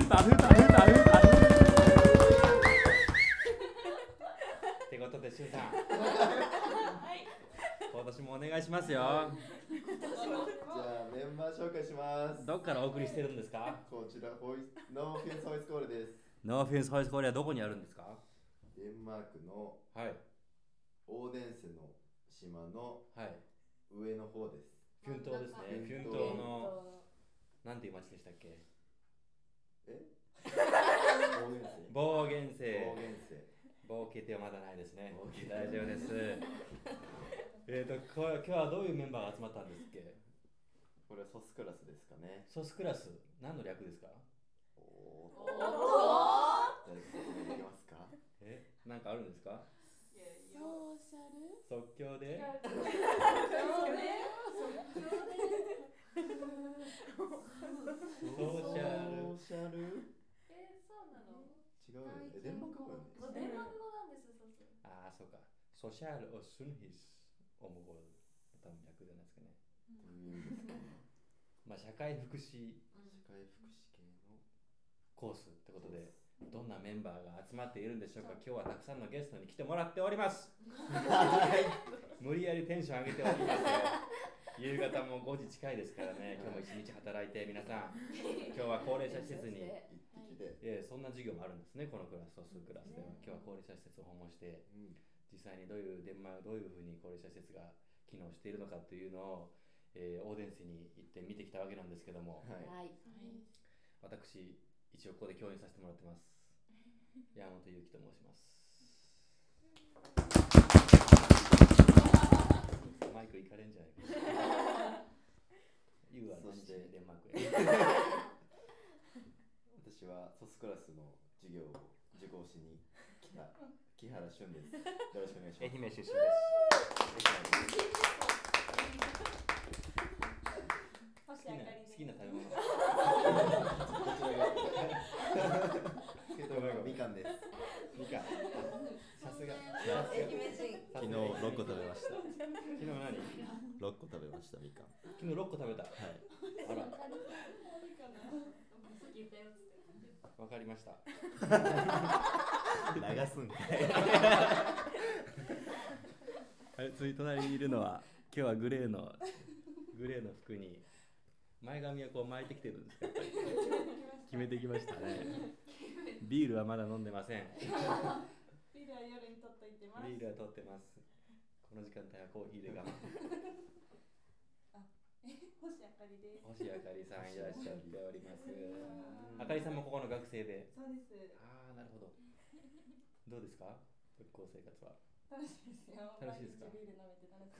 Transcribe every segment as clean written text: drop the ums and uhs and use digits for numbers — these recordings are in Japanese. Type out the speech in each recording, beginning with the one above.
ってことで、しゅうさん。はい。今年もお願いしますよ。 じゃあメンバー紹介します。 どっからお送りしてるんですか？ こちらノーフェンスホイスコールです。 ノーフェンスホイスコールはどこにあるんですか？ デンマークのオーデンセの島の上の方です。 フュン島ですね。フュン島のなんていう町でしたっけ？ボーゲンセ。ボーケテはまだないですね。大丈夫です。今日はどういうメンバーが集まったんですっけ？ これはソスクラスですかね。 ソスクラス、何の略ですか？ 誰か説明できますか？ なんかあるんですか？ ソーシャル？ 即興で？ そうなの？ 違うよね。デンマーク語よね。 デンマーク語なんです。 ああ、そうか。ソシャルをスンヒスオムゴール。多分略じゃないですかね。 どういう意味ですか？ まあ社会福祉系のコースってことで、どんなメンバーが集まっているんでしょうか。今日はたくさんのゲストに来てもらっております。無理やりテンション上げておりますよ。夕方も5時近いですからね。今日も一日働いて、皆さん今日は高齢者施設に行ってきて、そんな授業もあるんですね。このクラス、ソスクラスでは今日は高齢者施設を訪問して、実際にどういうふうに高齢者施設が機能しているのかというのを、オーデンセに行って見てきたわけなんですけども、私一応ここで教員させてもらってます。山本裕樹と申します。マイクいかれんじゃないか。ユウは何してデンマークへ。 私はソスクラスの授業を受講しに来た木原俊です。よろしくお願いします。 愛媛出身です。好きな食べ物。 みかんです。 みかん。さすが。 昨日6個食べました。 昨日何 ？6個食べました。みかん。 昨日6個食べた。はい。あら。わかりました。 流すんかい。 はい、次隣にいるのは今日はグレーの服に前髪をこう巻いてきてるんですけど、決めてきましたね。ビールはまだ飲んでません。 ビールは夜に取っといてます。 ビールは取ってます。この時間帯はコーヒーで我慢。 星あかりです。 星あかりさんいらっしゃっております。あかりさんもここの学生で。 そうです。 ああ、なるほど。どうですか？学校生活は。 楽しいですよ。 楽しいですか？ ビール飲めて楽しい。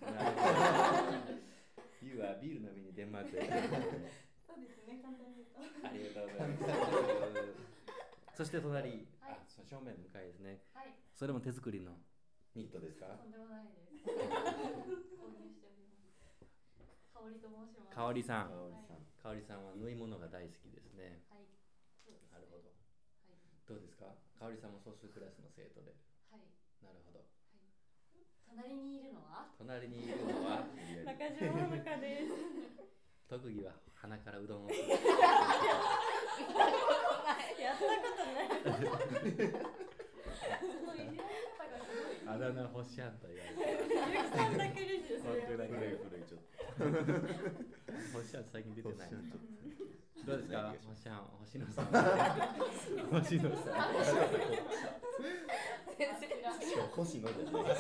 ユウはビール飲みにデンマークへ。 そうですね、簡単に言うと。 ありがとうございます。そして隣、正面向かいですね。それも手作りのニットですか？ とんでもないです。購入しております。香りと申します。 香りさんは縫い物が大好きですね。 はい。 なるほど。どうですか？香りさんもソースクラスの生徒で。 はい。 なるほど。 隣にいるのは中島の中です。 特技は鼻からうどんをする。 やったことない。 あだ名ほしゃんと言われて。 ゆきさんだけですよ。 僕だけ古いちょっと。ほしゃん最近出てない。どうですか？ほしゃん、星野さん。星野さん。 星野じゃない。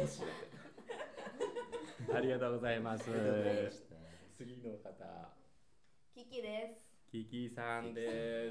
ありがとうございます。次の方。 キキです。 キキさんです。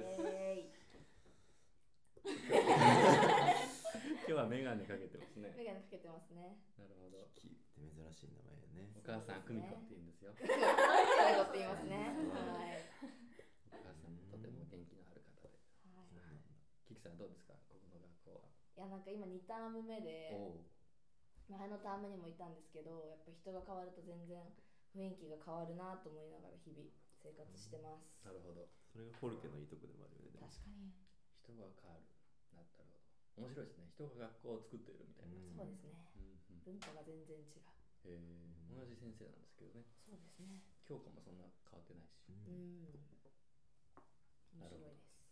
今日はメガネかけてますね。 メガネかけてますね。 なるほど。 キキって珍しい名前よね。 お母さん久美子って言うんですよ。 久美子って言いますね。はい。 お母さんとても元気のある方で。キキさんどうですか？ここの学校は。 いや、なんか今2ターム目で、前のタームにもいたんですけど、やっぱ人が変わると全然雰囲気が変わるなと思いながら日々生活してます。 なるほど。 それがフォルケのいいとこでもあるよね。 確かに。 人が変わる。なるほど。面白いですね。人が学校を作っているみたいな。 そうですね。文化が全然違う。 同じ先生なんですけどね。 そうですね。 教科もそんな変わってないし。 面白いです。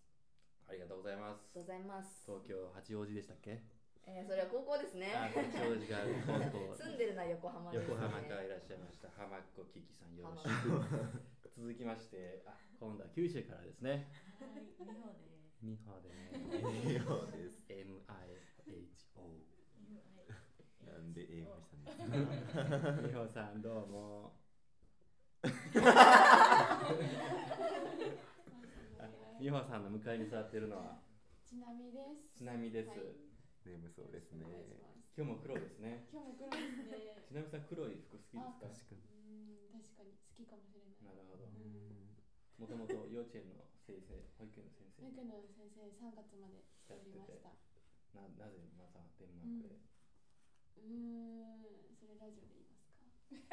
ございます。 ありがとうございます。 東京八王子でしたっけ？ それは高校ですね。 八王子が高校。 住んでるのは横浜ですね。 横浜からいらっしゃいました浜っ子キキさん、よろしく。続きまして、今度は九州からですね。 はい、 みほです。 みほです。 MIHO。 なんで英語したんですか？ みほさんどうも。みほさんの向かいに座っているのはちなみです。 ちなみです。 眠そうですね。 今日も黒ですね。 今日も黒ですね。 ちなみさん黒い服好きですか？ 確かに。 確かに好きかもしれない。 なるほど。もともと幼稚園の先生、保育園の先生。 保育園の先生3月までしておりました。 なぜまたデンマークで？ それラジオで言いますか？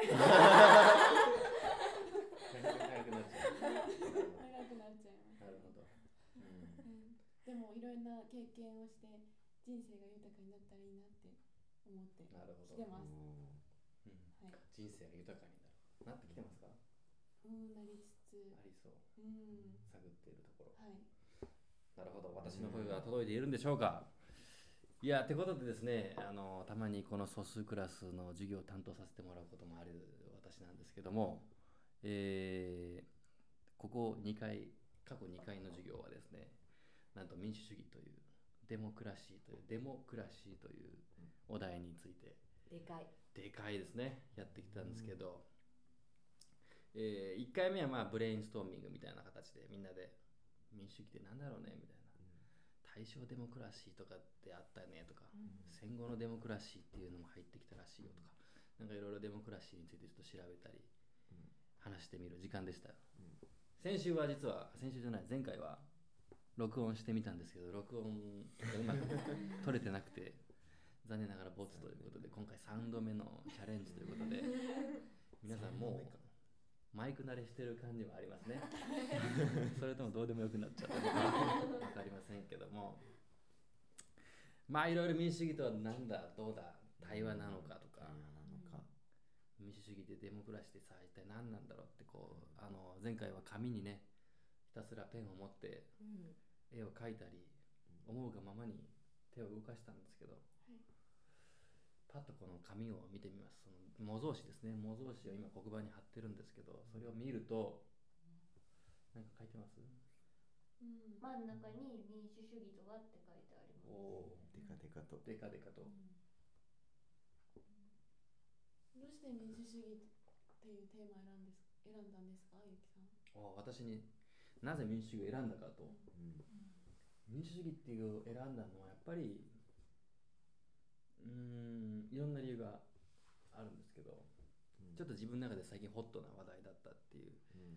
長くなっちゃう。 長くなっちゃいます。 なるほど。 でもいろんな経験をして人生が豊かになったらいいなって思ってきてます。 人生が豊かになってきてますか？ なりつつありそう。探っているところ。 はい。 なるほど。私の声が届いているんでしょうか？いや、ってことでですね、たまにこの素数クラスの授業を担当させてもらうこともある私なんですけども、ここ2回、過去2回の授業はですね、なんと民主主義というデモクラシーというお題についてでかいですね、やってきたんですけど、1回目はブレインストーミングみたいな形でみんなで民主主義ってなんだろうねみたいな、大正デモクラシーとかってあったねとか、戦後のデモクラシーっていうのも入ってきたらしいよとか、なんかいろいろデモクラシーについてちょっと調べたり、話してみる時間でした。前回は録音してみたんですけど、録音がうまく取れてなくて残念ながらボツということで、今回3度目のチャレンジということで、皆さんもうマイク慣れしてる感じもありますね。それともどうでもよくなっちゃったのか分かりませんけども、いろいろ民主主義とは何だどうだ対話なのかとか、民主主義でデモクラシーでさ一体何なんだろうって前回は紙にねひたすらペンを持って絵を描いたり、思うがままに手を動かしたんですけど、パッとこの紙を見てみます。その模造紙ですね。模造紙を今黒板に貼ってるんですけど、それを見ると何か書いてます？ 真ん中に民主主義とはって書いてあります。 デカデカと。 どうして民主主義っていうテーマ選んだんですか、ゆきさん？ 私になぜ民主主義を選んだかと。民主主義っていう選んだのはやっぱりいろんな理由があるんですけど、ちょっと自分の中で最近ホットな話題だったっていう、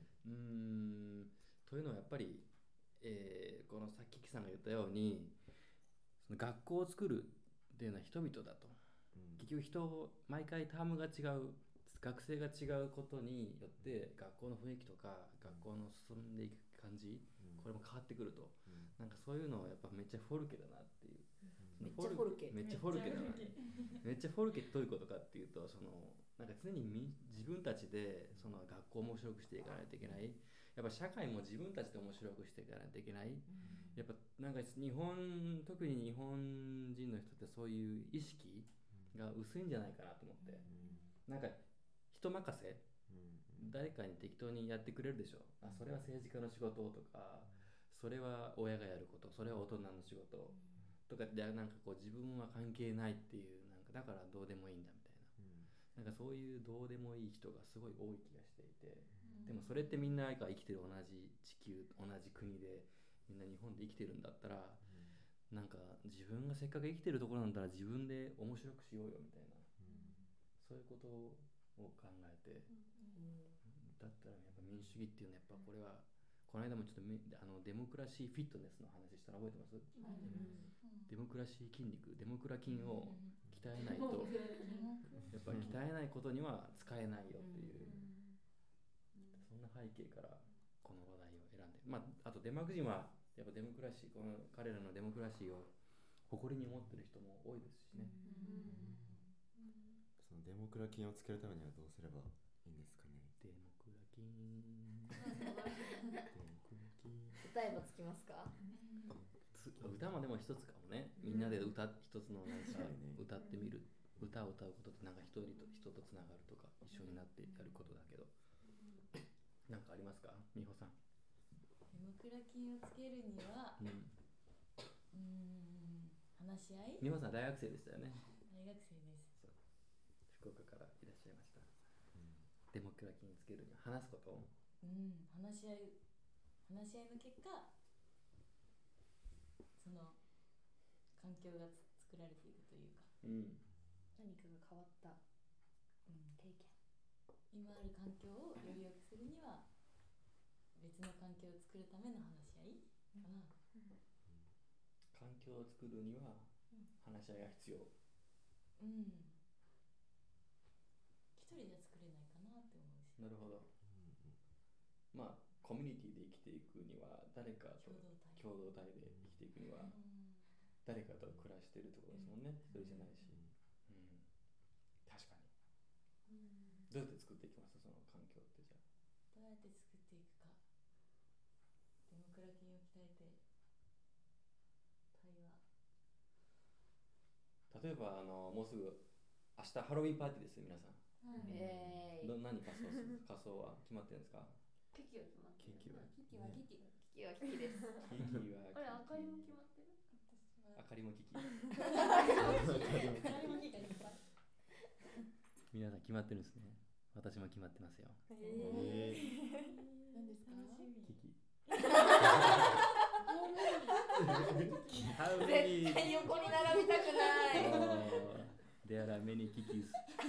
というのはやっぱり、このさっきキさんが言ったように、その学校を作るっていうのは人々だと、結局毎回タームが違う、学生が違うことによって学校の雰囲気とか学校の進んでいく感じ、これも変わってくると、なんかそういうのはやっぱめっちゃフォルケだなっていう。 めっちゃフォルケだな。めっちゃフォルケってどういうことかっていうと、なんか常に自分たちでその学校を面白くしていかないといけない。やっぱ社会も自分たちで面白くしていかないといけない。やっぱなんか特に日本人の人ってそういう意識が薄いんじゃないかなと思って、なんか人任せ、誰かに適当にやってくれるでしょ。それは政治家の仕事とか、それは親がやること、それは大人の仕事とかで、なんかこう自分は関係ないっていう、なんかだからどうでもいいんだみたいな、なんかそういうどうでもいい人がすごい多い気がしていて、でもそれってみんなが生きてる同じ地球、同じ国でみんな日本で生きてるんだったら、なんか自分がせっかく生きてるところなんだら自分で面白くしようよみたいな、そういうことを考えて、だったらやっぱ民主主義っていうのはやっぱこれは、この間もちょっとデモクラシーフィットネスの話したの覚えてます？デモクラシー筋肉、デモクラ筋を鍛えないと、やっぱり鍛えないことには使えないよっていう、そんな背景からこの話題を選んで、あとデンマーク人はやっぱデモクラシー、彼らのデモクラシーを誇りに思ってる人も多いですしね。 そのデモクラ筋をつけるためにはどうすればいいんですかね。 デモクラ筋答えばつきますか？ つ歌もでも一つかもね。みんなで一つのなんか歌ってみる、歌を歌うことってなんか人とつながるとか一緒になってやることだけど、なんかありますか、美穂さん。 デモクラ菌をつけるには、話し合い。 美穂さん大学生でしたよね。 大学生です。 福岡からいらっしゃいました。デモクラ菌をつけるには話すこと。 話し合いの結果、その環境が作られていくというか、 何かが変わった、経験。 今ある環境をより良くするには別の環境を作るための話し合いかな。 環境を作るには話し合いが必要。 一人じゃ作れないかなって思うし。 なるほど。まあコミュニティで生きていくには誰かと共同体で生きていくには誰かと暮らしてるってことですもんね。一人じゃないし。確かに。どうやって作っていきますその環境って。じゃあどうやって作っていくか。デモクラ菌を鍛えて対話。 例えばもうすぐ明日ハロウィンパーティーですよ皆さん。何仮装する？仮装は決まってるんですか？ キキは決まってる。 キキです。 キキはキキ。 あれ、あかりも決まってる？ あかりもキキ。皆さん決まってるんですね。私も決まってますよ。 何ですか？ キキ。 絶対横に並びたくない。 There are many kikis.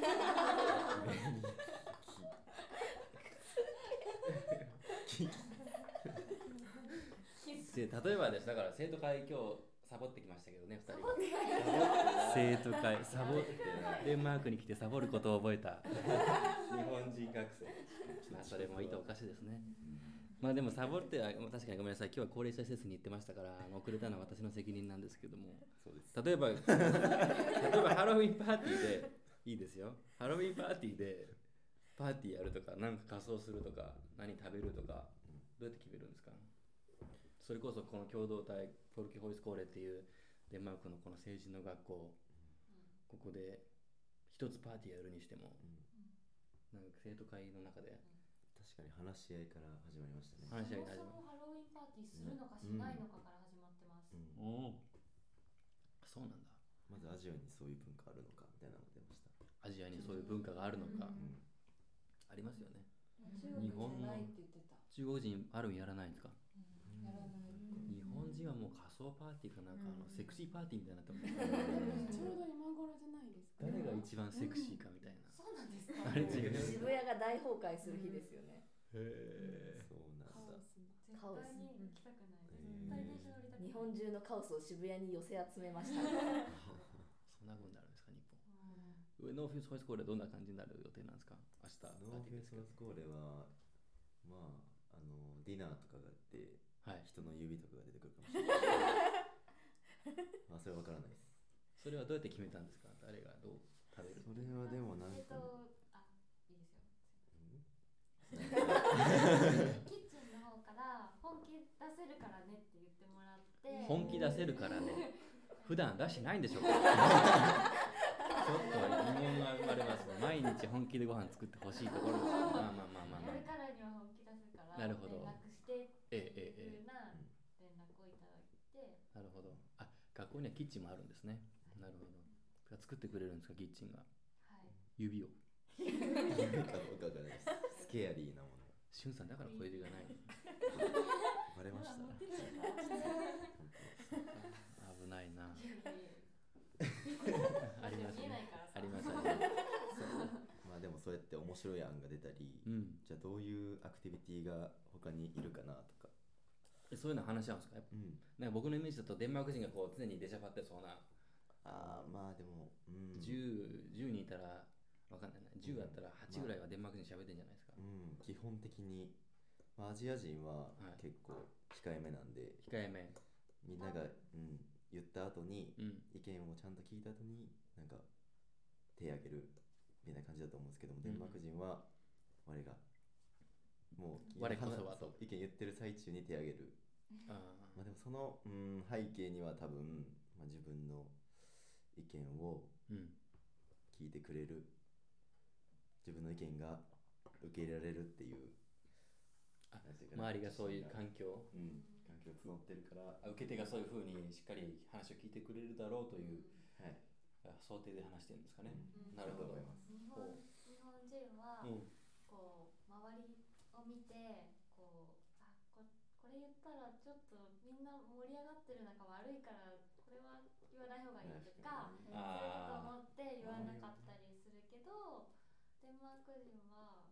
例えばです。だから生徒会今日サボってきましたけどね、2人は。生徒会サボってデンマークに来てサボることを覚えた日本人学生。まあそれもいいとおかしいですね。まあでもサボっては確かにごめんなさい。今日は高齢者施設に行ってましたから遅れたのは私の責任なんですけども。 そうです。 例えばハロウィンパーティーでいいですよ。ハロウィンパーティーでパーティーやるとか、なんか仮装するとか、何食べるとか、どうやって決めるんですか？それこそこの共同体フォルケホイスコーレっていうデンマークのこの成人の学校、ここで一つパーティーやるにしても、なんか生徒会の中で確かに話し合いから始まりましたね。 そもそもハロウィンパーティーするのかしないのかから始まってます。 そうなんだ。 まずアジアにそういう文化あるのかみたいなのが出ました。 アジアにそういう文化があるのか、ありますよね。日本の中国人ハロウィンやらないんですか？ やらない。 日本人はもう仮装パーティーかなんかセクシーパーティーみたいになってます。 ちょうど今頃じゃないですか。 誰が一番セクシーかみたいな。 そうなんですか？ あれ違う。 渋谷が大崩壊する日ですよね。 へえ。そうなんだ。 カオス。 絶対に行きたくない。絶対電車乗りたくない。 日本中のカオスを渋谷に寄せ集めました。 そんな風になるんですか日本。ノーフェイスホイスコーレはどんな感じになる予定なんですか？明日。 ノーフェイスホイスコーレはまあディナーとかがあって、人の指とかが出てくるかもしれない。まあそれは分からないです。 それはどうやって決めたんですか？誰がどう食べる？ それはでもなんか、 いいですよ。キッチンの方から本気出せるからねって言ってもらって。 本気出せるからね。普段出してないんでしょうか？ちょっと疑問が生まれます。毎日本気でご飯作ってほしいところです。まあ。 これからには本気出すからなるほど。 連絡してっていうな連絡をいただいて。 なるほど。あ、学校にはキッチンもあるんですね。なるほど。作ってくれるんですかキッチンが？ はい。 指を。 指かどうかがないです。スケアリーなもの。 しゅんさんだから小指がない。 バレました。 危ないな。 ありますね。 ありますね。 まあでもそうやって面白い案が出たり、じゃあどういうアクティビティが他にいるかなとか。 そういうの話し合うんですか？なんか僕のイメージだとデンマーク人がこう常に出しゃばってそうな。 まあでも、 10人いたらわかんないな。10あったら8ぐらいはデンマーク人喋ってんじゃないですか。 基本的に、アジア人は結構控えめなんで、みんなが、言った後に、意見をちゃんと聞いた後になんか手挙げるみたいな感じだと思うんですけども、デンマーク人は我がもう我こそはと意見言ってる最中に手挙げるまあでもその、背景には多分、自分の意見を聞いてくれる、自分の意見が受け入れられるっていう、 周りがそういう環境、 環境を募ってるから、 受け手がそういうふうにしっかり話を聞いてくれるだろうという、想定で話してるんですかね。なるほど。 日本人は、こう周りを見てこれ言ったらちょっとみんな盛り上がってる中悪いからこれは言わない方がいいとか、そういうことを思って言わなかったりするけど、デンマーク人は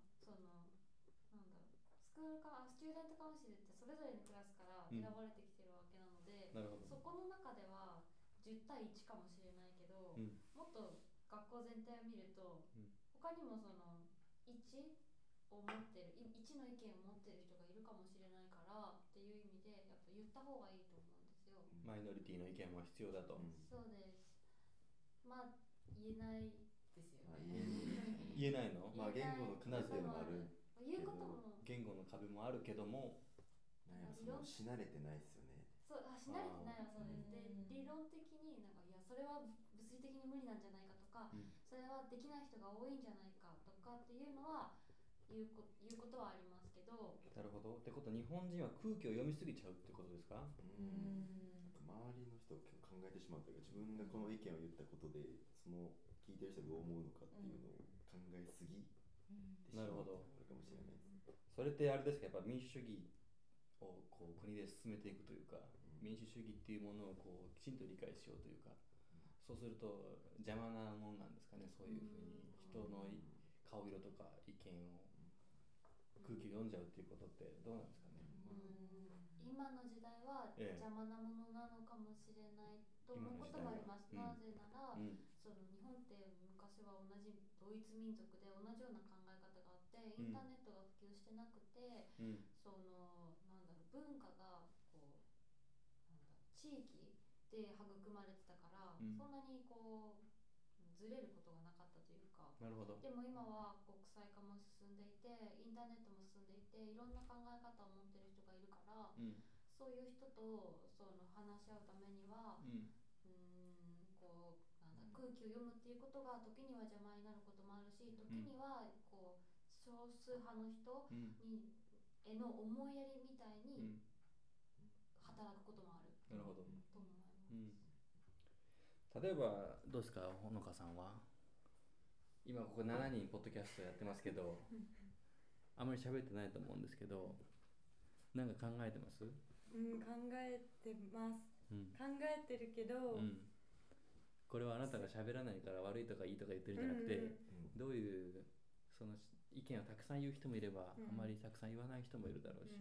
スチューデントカウンシルってそれぞれのクラスから選ばれてきてるわけなので、そこの中では10対1かもしれないけど、もっと学校全体を見ると、他にもその1を持ってる1の意見を持ってる人がいるかもしれないからっていう意味でやっぱ言った方がいいと思うんですよ。 マイノリティの意見も必要だと。 そうです。言えないですよね。 言えないの？ 言語の壁っていうのもある。 言うことも言語の壁もあるけども、 しなれてないですよね。 そう、しなれてないはそうです。で、理論的にいやそれは物理的に無理なんじゃないかとか、それはできない人が多いんじゃないかとかっていうのは言うことはありますけど。 なるほど。ってことは日本人は空気を読みすぎちゃうってことですか？ 周りの人を考えてしまうというか、自分がこの意見を言ったことでその聞いてる人がどう思うのかっていうのを考えすぎてしまうかもしれないです。 それってあれですか、やっぱ民主主義をこう国で進めていくというか、民主主義っていうものをこうきちんと理解しようというか、そうすると邪魔なものなんですかね。そういうふうに人の顔色とか意見を空気を読んじゃうっていうことってどうなんですかね。 今の時代は邪魔なものなのかもしれないと思うこともあります。なぜなら、その日本って昔は同じ同一民族で同じような考え方があって、インターネットが普及してなくて、その文化がこう地域で育まれてたから、そんなにこうずれることがなかったというか。 なるほど。 でも今は国際化も進んでいて、インターネットも進んでいて、いろんな考え方を持ってる人がいるから、そういう人と話し合うためには、こう空気を読むっていうことが時には邪魔になることもあるし、時にはこう少数派の人への思いやりみたいに働くこともある。 なるほど。 と思います。 例えばどうですか、ほのかさんは。今ここ7人ポッドキャストやってますけどあまり喋ってないと思うんですけど、なんか考えてます？ 考えてます、考えてるけど、 これはあなたが喋らないから悪いとかいいとか言ってるんじゃなくて、どういうその意見をたくさん言う人もいれば、あまりたくさん言わない人もいるだろうし、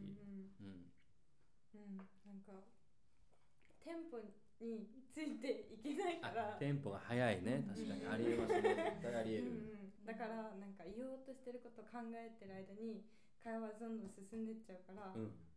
なんかテンポについていけないから。 テンポが速いね。確かにありえますね。絶対ありえる。 だからなんか言おうとしてることを考えてる間に会話どんどん進んでっちゃうから、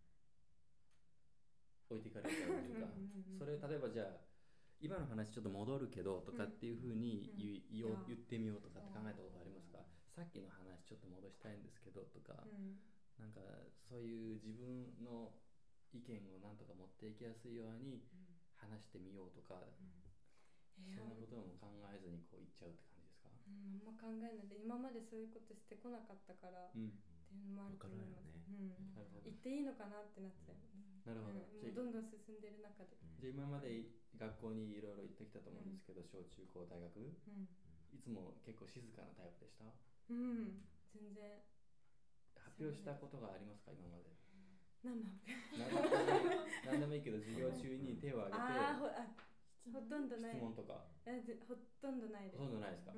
置いていかれちゃうというか、それ例えばじゃあ今の話ちょっと戻るけどとかっていうふうに言ってみようとかって考えたことありますか？さっきの話ちょっと戻したいんですけどとか、なんかそういう自分の意見をなんとか持っていきやすいように話してみようとか、そんなことも考えずにこう言っちゃうって感じですか？ あんま考えないで、今までそういうことしてこなかったから、っていうのもあると思います。言っていいのかなってなっちゃう。 なるほど。 どんどん進んでる中で。 じゃあ今まで学校にいろいろ行ってきたと思うんですけど、小中高大学、いつも結構静かなタイプでした？ 全然。 発表したことがありますか、今まで？ 何でもいいけど、授業中に手を挙げてほとんどない。 質問とかほとんどないです。 ほとんどないですか？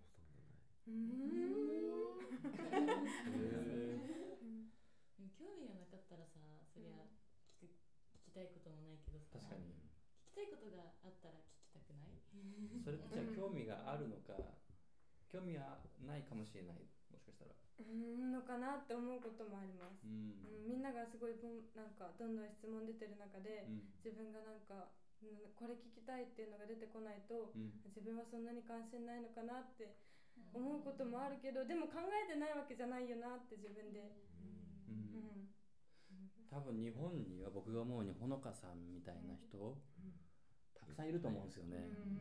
興味がなかったらさ、そりゃ聞きたいこともないけどさ、 確かに聞きたいことがあったら聞きたくない？ それってじゃあ興味があるのか興味はないかもしれない、もしかしたらのかなって思うこともあります。みんながすごいなんかどんどん質問出てる中で、自分がなんかこれ聞きたいっていうのが出てこないと、自分はそんなに関心ないのかなって思うこともあるけど、でも考えてないわけじゃないよなって自分で、 多分日本には僕が思うにほのかさんみたいな人、たくさんいると思うんですよね。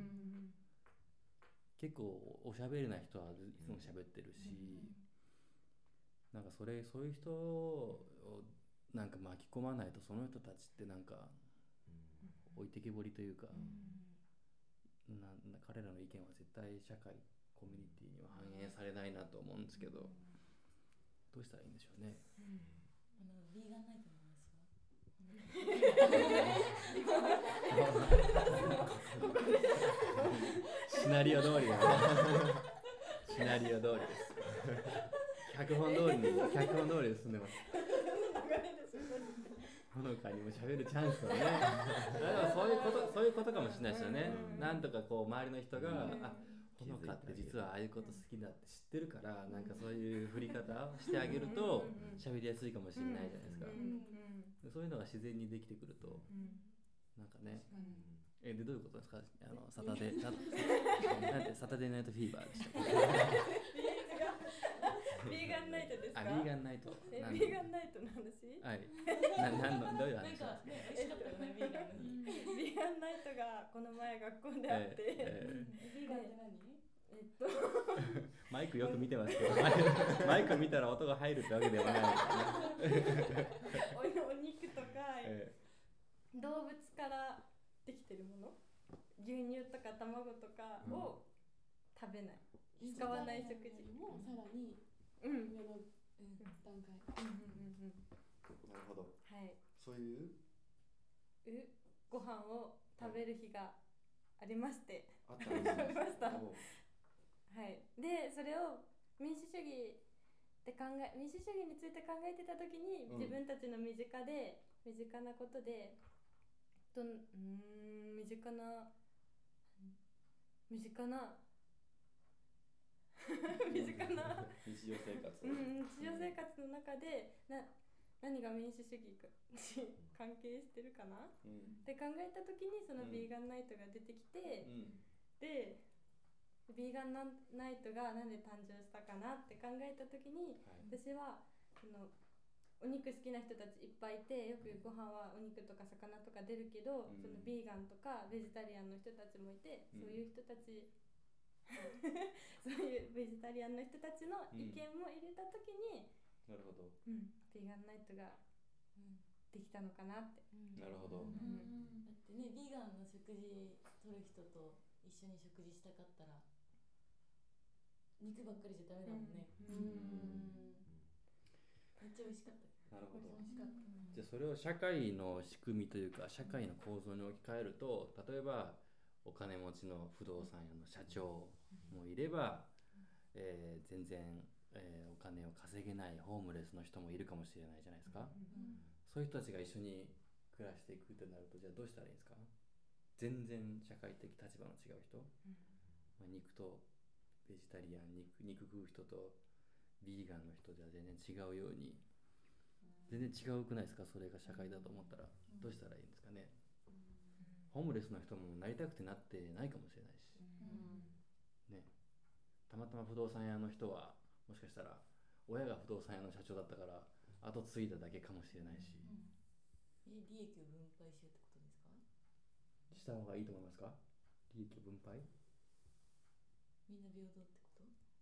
結構おしゃべりな人はいつも喋ってるし、なんかそういう人をなんか巻き込まないとその人たちってなんか置いてけぼりというか、彼らの意見は絶対社会コミュニティには反映されないなと思うんですけど、どうしたらいいんでしょうね。 ビーガンナイトの話はシナリオ通りだね。シナリオ通りです。脚本通りで進んでます。ほのかにも喋るチャンスをね。そういうことかもしれないですよね。なんとかこう周りの人が、ほのかって実はああいうこと好きだって知ってるから、なんかそういう振り方をしてあげると喋りやすいかもしれないじゃないですか。そういうのが自然にできてくると、なんかね。でどういうことですか？サタデーナイトフィーバーでしたっけ？ ビーガンナイトですか？ ビーガンナイト。 ビーガンナイトの話？ はい。どういう話ですか？ 美味しかったよね、ビーガンの日。 ビーガンナイトがこの前学校であって。 ビーガンって何？ マイクよく見てますけど、マイク見たら音が入るってわけではないお肉とか、動物からできてるもの、牛乳とか卵とかを食べない、使わない食事もさらに上の段階。 なるほど。 はい。 そういうご飯を食べる日がありまして、 あったんですありました。はい。でそれを民主主義について考えてた時に、自分たちの身近なことで身近な日常生活の中で何が民主主義に関係してるかな、って考えた時にそのビーガンナイトが出てきて、でビーガンナイトがなんで誕生したかなって考えた時に、私はお肉好きな人たちいっぱいいて、よくご飯はお肉とか魚とか出るけど、そのビーガンとかベジタリアンの人たちもいて、そういう人たちそういうベジタリアンの人たちの意見も入れた時に、 なるほど、 ビーガンナイトができたのかなって。 なるほど。 だってね、ビーガンの食事取る人と一緒に食事したかったら肉ばっかりじゃダメだもんね。めっちゃ美味しかった。 なるほど。じゃあそれを社会の仕組みというか社会の構造に置き換えると、例えばお金持ちの不動産屋の社長もいれば、全然、お金を稼げないホームレスの人もいるかもしれないじゃないですか。そういう人たちが一緒に暮らしていくとなると、じゃあどうしたらいいんですか？全然社会的立場の違う人、肉とベジタリアン、肉食う人とビーガンの人では全然違うように、全然違うくないですか？それが社会だと思ったらどうしたらいいんですかね。ホームレスの人もなりたくてなってないかもしれないし、ね、たまたま不動産屋の人はもしかしたら親が不動産屋の社長だったから後継いだだけかもしれないし、 利益を分配しようってことですか？ した方がいいと思いますか？利益を分配、 みんな平等ってこと？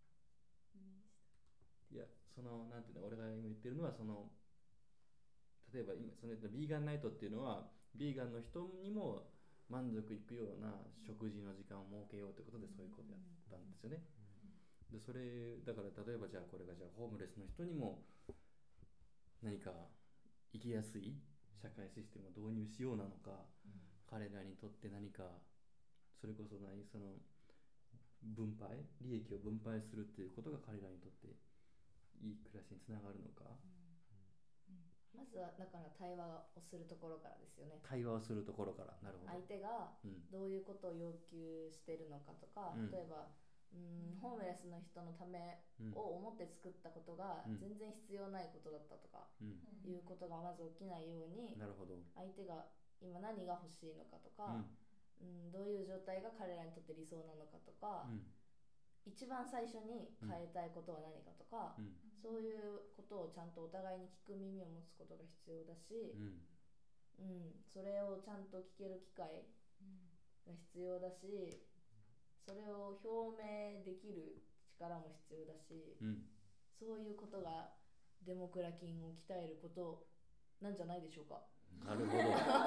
いや、なんていうの、俺が今言ってるのは例えば今ビーガンナイトっていうのはビーガンの人にも満足いくような食事の時間を設けようということでそういうことやったんですよね。でそれだから例えばじゃあこれがじゃあホームレスの人にも何か生きやすい社会システムを導入しようなのか、彼らにとって何かそれこそ分配、利益を分配するっていうことが彼らにとっていい暮らしにつながるのか。 まずはだから対話をするところからですよね。 対話をするところから。なるほど。 相手がどういうことを要求してるのかとか、例えばホームレスの人のためを思って作ったことが全然必要ないことだったとか、いうことがまず起きないように、 なるほど。 相手が今何が欲しいのかとか、どういう状態が彼らにとって理想なのかとか、一番最初に変えたいことは何かとか、 そういうことをちゃんとお互いに聞く耳を持つことが必要だし、それをちゃんと聞ける機会が必要だし、それを表明できる力も必要だし、そういうことがデモクラ筋を鍛えることなんじゃないでしょうか。 なるほど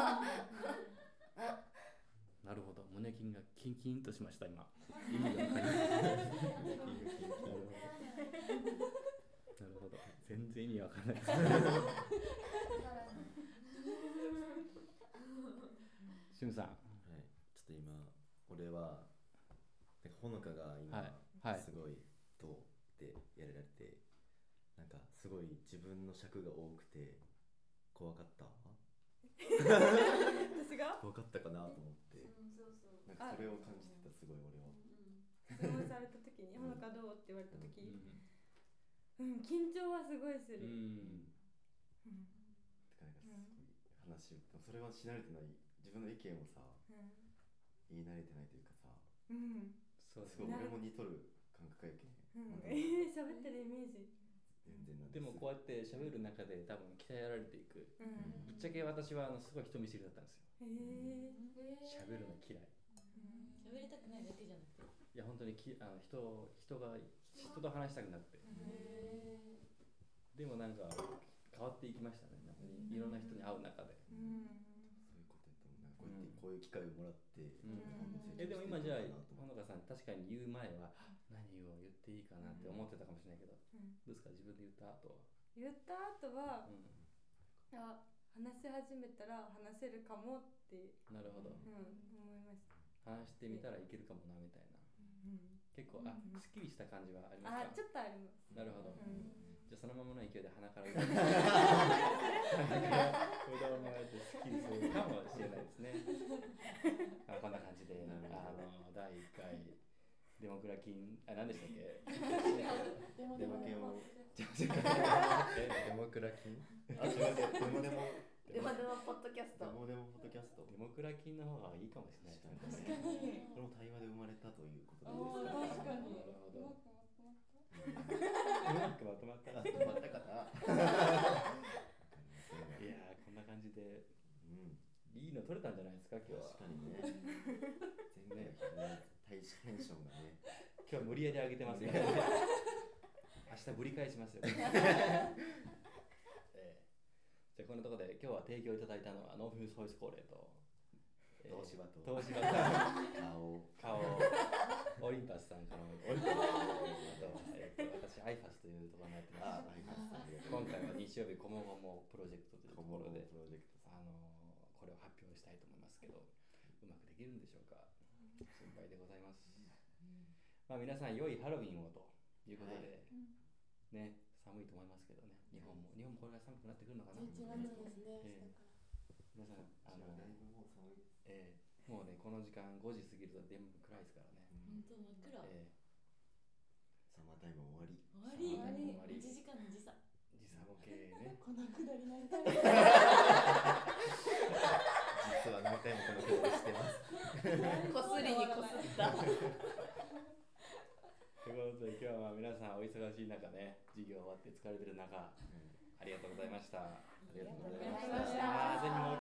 なるほど、胸筋がキンキンとしました今。意味が分かりました。なるほど、全然意味わかんないです。しゅんさん、 はい、ちょっと今俺はほのかが今、すごいどうってやられて、なんかすごい自分の尺が多くて怖かった私が怖かったかなと思って、なんかそれを感じてた、すごい俺は。 質問された時に「ほのかどう?」って言われた時、緊張はすごいする。 話を、それはし慣れてない、自分の意見をさ、言い慣れてないというかさ、そうすごい俺も似とる感覚やけん。 喋ってるイメージ。 でもこうやって喋る中で多分鍛えられていく。ぶっちゃけ私はすごい人見知りだったんですよ。喋るの嫌い。 喋りたくないだけじゃなくて。 いや本当に人と話したくなって。でもなんか変わっていきましたね。いろんな人に会う中で。 そういうことやったもん。なんかこういう機会をもらって。 でも今じゃあほのかさん確かに言う前は何を言っていいかなって思ってたかもしれないけど、どうですか自分で言った後は。 言った後は、話し始めたら話せるかもって。なるほど。思いました。 話してみたらいけるかもなみたいな。結構すっきりした感じはありますか。 ちょっとあります。 なるほど。じゃあそのままの勢いで鼻から歌をもらえてすっきりするかもしれないですね。こんな感じで第1回デモクラ筋何でしたっけ？ デモクラ筋。 デモポッドキャスト。 デモポッドキャスト。 デモクラ筋の方がいいかもしれないですね。 確かに。 この対話で生まれたということですか。確かに。 なるほど。うまくまとまったかな。いやこんな感じで、いいの取れたんじゃないですか今日は。 確かにね。全然テンションがね。 今日は無理やり上げてますね。明日ぶり返しますよ。じゃあこんなところで今日は提供いただいたのはノーフュースホイスコーレーと東芝と顔オリンパスさんから私アイファスというところになってます。今回は日曜日コモゴモプロジェクトというところでこれを発表したいと思いますけど、うまくできるんでしょうか。心配でございます。皆さん良いハロウィンをということで、ね、寒いと思いますけどね、日本もこれが寒くなってくるのかな。 11月ですね。 皆さんもうねこの時間5時過ぎると全部暗いですからね。 本当真っ暗。 サマータイム終わり。 1時間の時差ボケね。 このくだりないため。 実は何回もこのくだりしてます。 こすりにこすった。 ということで今日は皆さんお忙しい中ね、授業終わって疲れてる中、ありがとうございました。 ありがとうございました。